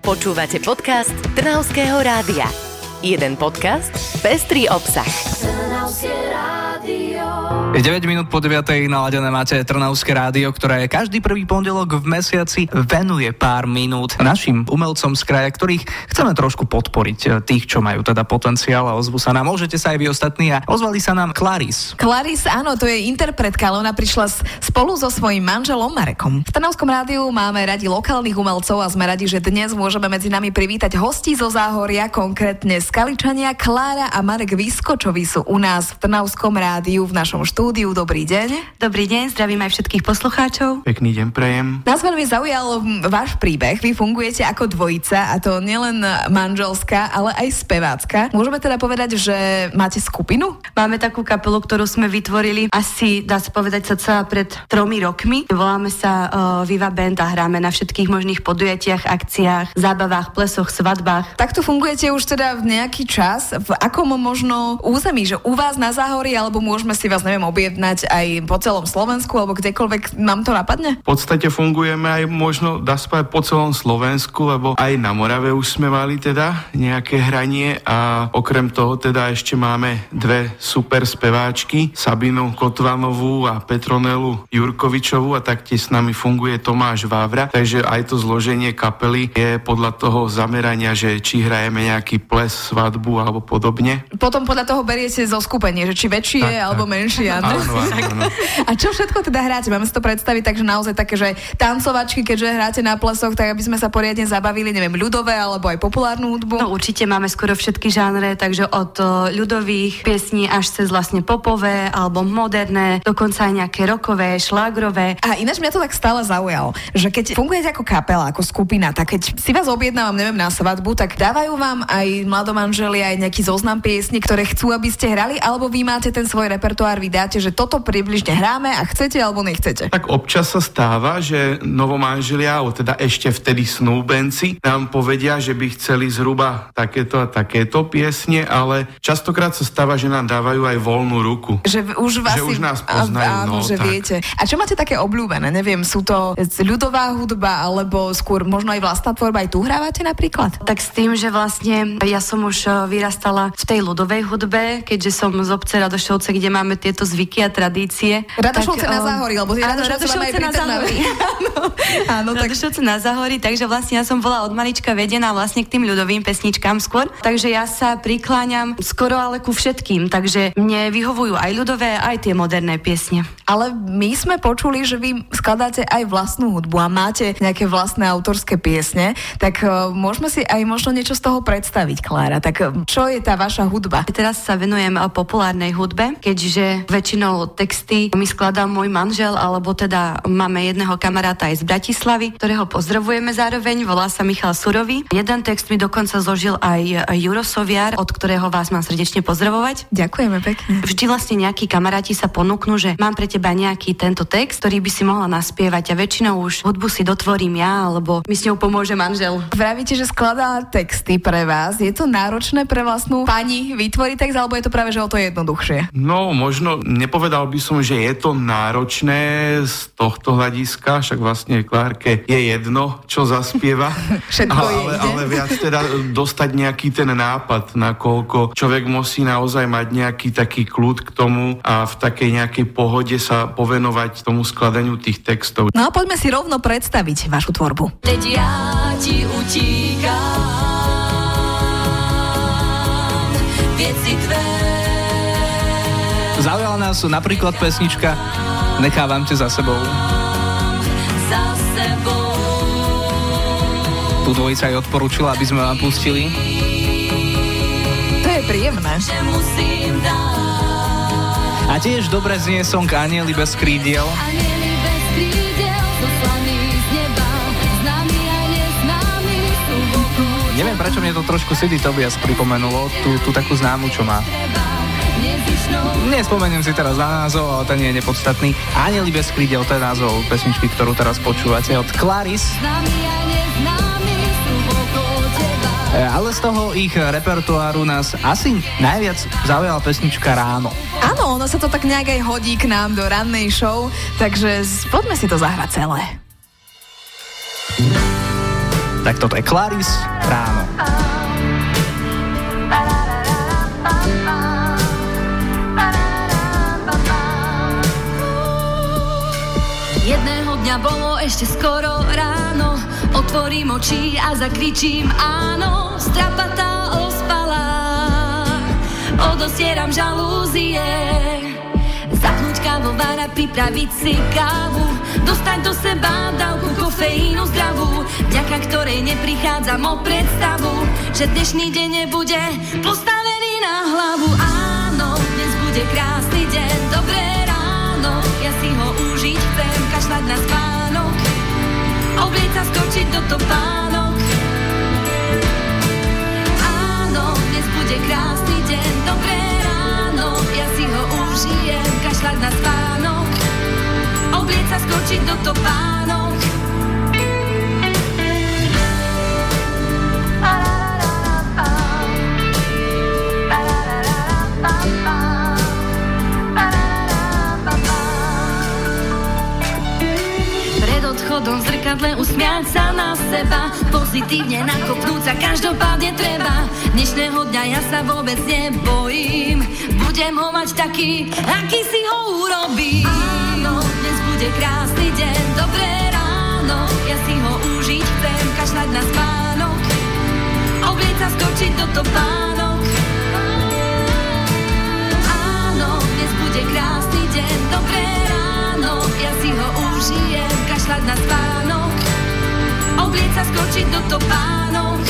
Počúvate podcast Trnavského rádia. Jeden podcast, pestrý obsah. Trnavské rádio. 9 minút po 9:00 naladené máte Trnavské rádio, ktoré každý prvý pondelok v mesiaci venuje pár minút našim umelcom z kraja, ktorých chceme trošku podporiť, tých, čo majú teda potenciál a ozvu sa nám. Môžete sa aj vy ostatní a ozvali sa nám Claris. Claris, áno, to je interpretka, ale ona prišla spolu so svojím manželom Marekom. V Trnavskom rádiu máme radi lokálnych umelcov a sme radi, že dnes môžeme medzi nami privítať hostí zo Záhoria, konkrétne Skaličania. Klára a Marek Vyskočovi sú u nás v Trnavskom rádiu v našom štúdiu. Dobrý deň. Dobrý deň, zdravím aj všetkých poslucháčov. Pekný deň prejem. Nás veľmi zaujal váš príbeh. Vy fungujete ako dvojica, a to nielen manželská, ale aj spevácka. Môžeme teda povedať, že máte skupinu? Máme takú kapelu, ktorú sme vytvorili asi, dá sa povedať, sa pred 3 rokmi. Voláme sa Viva Band a hráme na všetkých možných podujatiach, akciách, zábavách, plesoch, svadbách. Takto fungujete už teda v nejaký čas. V akom možno území, že u vás na Záhorí, alebo môžeme si vás, neviem, objednať aj po celom Slovensku, alebo kdekoľvek nám to napadne? V podstate fungujeme aj možno, dá sa povedať, po celom Slovensku, lebo aj na Morave už sme mali teda nejaké hranie a okrem toho teda ešte máme dve super speváčky, Sabinu Kotvanovú a Petronelu Jurkovičovú, a taktiež s nami funguje Tomáš Vávra, takže aj to zloženie kapely je podľa toho zamerania, že či hrajeme nejaký ples, svadbu alebo podobne. Potom podľa toho beriete zo skupenie, že či väčšie tak, alebo menšie. Áno. A čo všetko teda hráte? Máme si to predstaviť, takže naozaj také, že tancovačky, keďže hráte na plesoch, tak aby sme sa poriadne zabavili, neviem, ľudové alebo aj populárnu hudbu? No určite máme skoro všetky žánre, takže od ľudových piesní až cez vlastne popové alebo moderné, dokonca aj nejaké rockové, šlágrové. A ináč mňa to tak stále zaujalo, že keď fungujete ako kapela, ako skupina, tak keď si vás objednávam, neviem, na svadbu, tak dávajú vám aj mladomanželia aj nejaký zoznam piesní, ktoré chcú, aby ste hrali, alebo vy máte ten svoj repertoár, vy dáte, že toto približne hráme a chcete alebo nechcete? Tak občas sa stáva, že novomanželia, alebo teda ešte vtedy snúbenci, nám povedia, že by chceli zhruba takéto a takéto piesne, ale častokrát sa stáva, že nám dávajú aj voľnú ruku. Že už nás poznajú. Áno, že tak. Viete. A čo máte také obľúbené? Neviem, sú to ľudová hudba, alebo skôr možno aj vlastná tvorba, aj tu hrávate napríklad? Tak s tým, že vlastne ja som už vyrastala v tej ľudovej hudbe, keďže som z obce Radošovce, kde máme tieto zvyky a tradície. Radošovce na Záhorí, lebo Radošovce na Záhorí. Áno, Radošovce na Záhorí, takže vlastne ja som bola od malička vedená vlastne k tým ľudovým pesničkám skôr. Takže ja sa prikláňam skoro ale ku všetkým, takže mne vyhovujú aj ľudové, aj tie moderné piesne. Ale my sme počuli, že vy skladáte aj vlastnú hudbu a máte nejaké vlastné autorské piesne, tak môžeme si aj možno niečo z toho predstaviť, Klára. Tak čo je tá vaša hudba? Teraz sa venujem populárnej hudbe, keďže väčšinou texty mi skladá môj manžel, alebo teda máme jedného kamaráta aj z Bratislavy, ktorého pozdravujeme zároveň, volá sa Michal Surový. Jeden text mi dokonca zložil aj Juro Soviar, od ktorého vás mám srdečne pozdravovať. Ďakujeme pekne. Vždy vlastne nejakí kamaráti sa ponúknú, že mám pre teba nejaký tento text, ktorý by si mohla naspievať, a väčšinou už hudbu si dotvorím ja, alebo mi s ňou pomôže manžel. Vravíte, že skladá texty pre vás. Je to náročné pre vlastnú pani vytvoriť text, alebo je to práve že o to jednoduchšie? No, možno nepovedal by som, že je to náročné z tohto hľadiska, však vlastne Klárke je jedno, čo zaspieva. Všetko ale viac teda dostať nejaký ten nápad, nakoľko človek musí naozaj mať nejaký taký kľud k tomu a v takej nejakej pohode sa povenovať tomu skladaniu tých textov. No a poďme si rovno predstaviť vašu tvorbu. Teď ja ti utíkam, vieci tvé. Zaujala nás napríklad pesnička Nechávam ťa za sebou. Tu dvojica aj odporúčila, aby sme vám pustili. To je príjemné. A tiež dobre znie song Anjeli bez krídiel. Neviem, prečo mne to trošku CD Tobias pripomenulo, tú takú známu, čo má. Nespomeniem si teraz na názov, ale ten je nepodstatný. Anjeli bez krídel, to je názov pesničky, ktorú teraz počúvate od Claris. Ale z toho ich repertoáru nás asi najviac zaujala pesnička Ráno. Áno, ono sa to tak nejak aj hodí k nám do rannej show, takže poďme si to zahrať celé. Tak toto je Claris, Ráno. Jedného dňa bolo ešte skoro ráno, otvorím oči a zakričím áno, strapatá ospalá. Odostieram žalúzie, zapnúť kávovára, pripraviť si kávu, dostať do seba dávku kofeínu zdravú, vďaka ktorej neprichádzam o predstavu, že dnešný deň nebude postavený na hlavu. Áno, dnes bude krásny deň, dobré ráno, ja si ho užiť chcem, kašľať na spánok, oblieť sa, skočiť do topánok. Áno, dnes bude krásny deň, dobré ráno, ja si ho užijem, kašľať na spánok, oblieť sa, skočiť do topánok. Odchodom zrkadle usmiať sa na seba, pozitívne nakopnúť sa každopádne treba. Dnešného dňa ja sa vôbec nebojím, budem ho mať taký, aký si ho urobím. Áno, dnes bude krásny deň, dobré ráno, ja si ho užiť chcem, kašľať na spánok, oblieť sa, skočiť do topánok. Áno, dnes bude krásny deň, dobré ráno, ja si ho užijem, kašľať na spánok, oblieť sa, skočiť do topánok.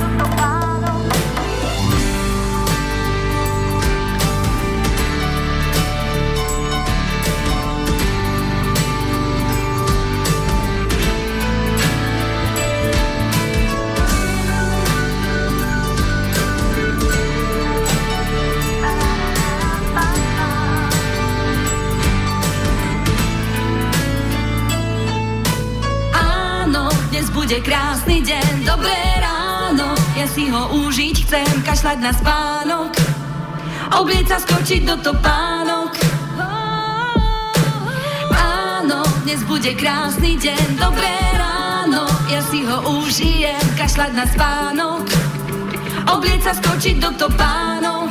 Bude krásny deň, dobré ráno, ja si ho užiť chcem, kašľať na spánok, oblieť sa, skočiť do topánok. Áno, dnes bude krásny deň, dobré ráno, ja si ho užijem, kašľať na spánok, oblieť sa, skočiť do topánok.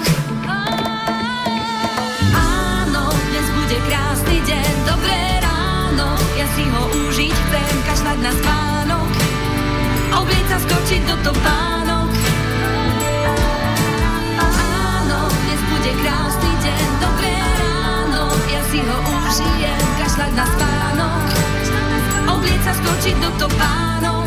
Áno, dnes bude krásny deň, dobré ráno, ja si ho užiť chcem, kašľať na spánok, oblieť sa, skočiť do topánok. Áno, dnes bude krásny deň, dobré ráno, ja si ho užijem, kašľať na spánok, oblieť sa, skočiť do topánok.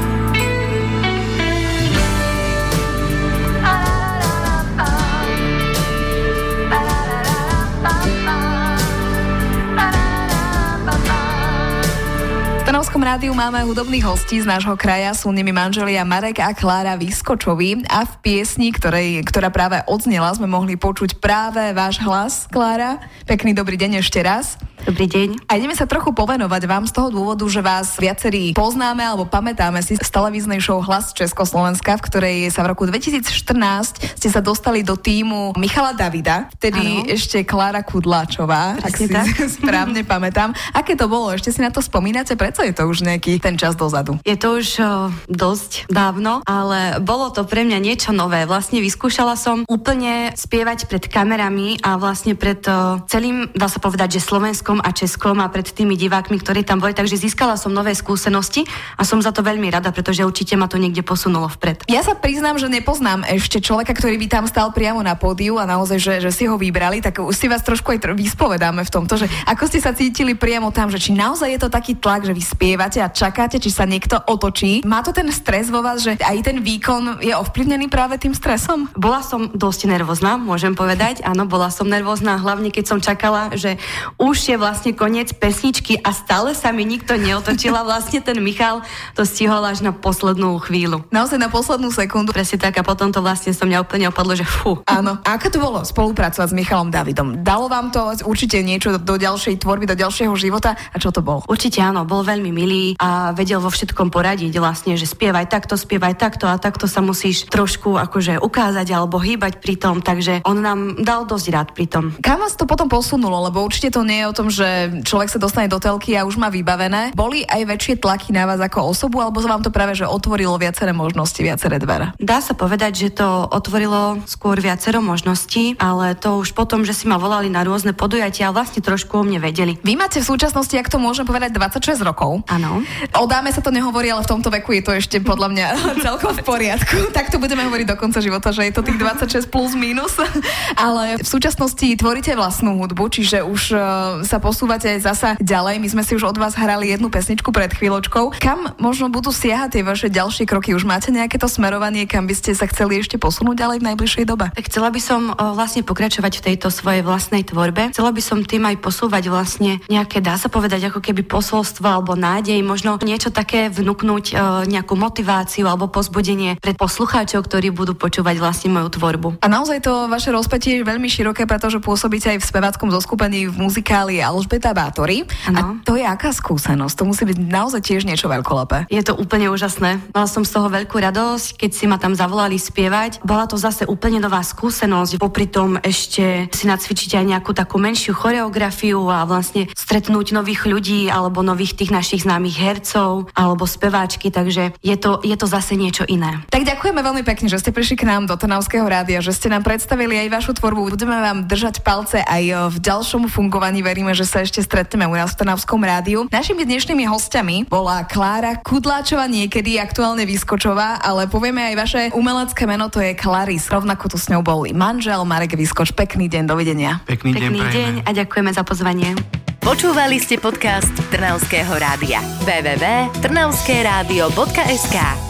V Trnavskom rádiu máme hudobných hostí z nášho kraja, sú nimi manželia Marek a Klára Vyskočovi a v piesni, ktorá práve odznela, sme mohli počuť práve váš hlas, Klára. Pekný dobrý deň ešte raz. Dobrý deň. A ideme sa trochu povenovať vám z toho dôvodu, že vás viacerí poznáme alebo pamätáme si z televíznej show Hlas Československa, v ktorej sa v roku 2014 ste sa dostali do tímu Michala Davida, vtedy ešte Klára Kudláčová, ak si správne pamätám. Aké to bolo? Ešte si na to spomínate? Prečo je to už nejaký ten čas dozadu? Je to už dosť dávno, ale bolo to pre mňa niečo nové. Vlastne vyskúšala som úplne spievať pred kamerami a vlastne pred celým, dá sa povedať, že Slovenskom a Českom a pred tými divákmi, ktorí tam boli, takže získala som nové skúsenosti a som za to veľmi rada, pretože určite ma to niekde posunulo vpred. Ja sa priznám, že nepoznám ešte človeka, ktorý by tam stál priamo na pódiu a naozaj, že si ho vybrali, tak už si vás trošku aj vyspovedáme v tomto, že ako ste sa cítili priamo tam, že či naozaj je to taký tlak, že vy spievate a čakáte, či sa niekto otočí. Má to ten stres vo vás, že aj ten výkon je ovplyvnený práve tým stresom? Bola som dosť nervózna, môžem povedať. Áno, bola som nervózna, hlavne keď som čakala, že už je vlastne koniec pesničky a stále sa mi nikto neotočil a vlastne ten Michal to stihol až na poslednú chvíľu. Naozaj na poslednú sekundu. Presne tak a potom to vlastne som mňa úplne opadlo, že fú. Áno. A ako to bolo spolupracovať s Michalom Davidom? Dalo vám to určite niečo do ďalšej tvorby, do ďalšieho života? A čo to bolo? Určite áno, bol veľmi milý a vedel vo všetkom poradiť vlastne, že spievaj takto a takto sa musíš trošku akože ukázať alebo hýbať pri tom, takže on nám dal dosť rád pri tom. Kam vás to potom posunulo? Lebo určite to nie je o tom, tom, že človek sa dostane do telky a už má vybavené. Boli aj väčšie tlaky na vás ako osobu, alebo vám to práve že otvorilo viaceré možnosti, viaceré dvere? Dá sa povedať, že to otvorilo skôr viacero možností, ale to už potom, že si ma volali na rôzne podujatia a vlastne trošku o mne vedeli. Vy máte v súčasnosti, ak to môžem povedať, 26 rokov. Áno. O dáme sa to nehovorí, ale v tomto veku je to ešte podľa mňa celkom v poriadku. Tak to budeme hovoriť do konca života, že je to tých 26 plus minus. Ale v súčasnosti tvoríte vlastnú hudbu, čiže už sa posúvate zasa ďalej. My sme si už od vás hrali jednu pesničku pred chvíľočkou. Kam možno budú siahať tie vaše ďalšie kroky? Už máte nejaké to smerovanie, kam by ste sa chceli ešte posunúť ďalej v najbližšej dobe? Chcela by som vlastne pokračovať v tejto svojej vlastnej tvorbe. Chcela by som tým aj posúvať vlastne nejaké, dá sa povedať, ako keby posolstvo alebo nádej, možno niečo také vnúknuť, nejakú motiváciu alebo pozbudenie pre poslucháčov, ktorí budú počúvať vlastne moju tvorbu. A naozaj to vaše rozpätie je veľmi široké, pretože pôsobíte aj v speváckom zoskupení v muzikáli Alžbeta Bátory. A to je aká skúsenosť? To musí byť naozaj tiež niečo veľkolepé. Je to úplne úžasné. Mala som z toho veľkú radosť, keď si ma tam zavolali spievať. Bola to zase úplne nová skúsenosť. Popri tom ešte si nacvičiť aj nejakú takú menšiu choreografiu a vlastne stretnúť nových ľudí alebo nových tých našich známych hercov alebo speváčky, takže je to zase niečo iné. Tak ďakujeme veľmi pekne, že ste prišli k nám do Trnavského rádia, že ste nám predstavili aj vašu tvorbu. Budeme vám držať palce aj v ďalšom fungovaní. Veríme, že sa ešte stretneme u nás v Trnavskom rádiu. Našimi dnešnými hostiami bola Klára Kudláčová, niekedy aktuálne Vyskočová, ale povieme aj vaše umelecké meno, to je Claris. Rovnako tu s ňou boli manžel Marek Vyskoč. Pekný deň, dovidenia. Pekný deň a ďakujeme za pozvanie. Počúvali ste podcast Trnavského rádia. www.trnavskeradio.sk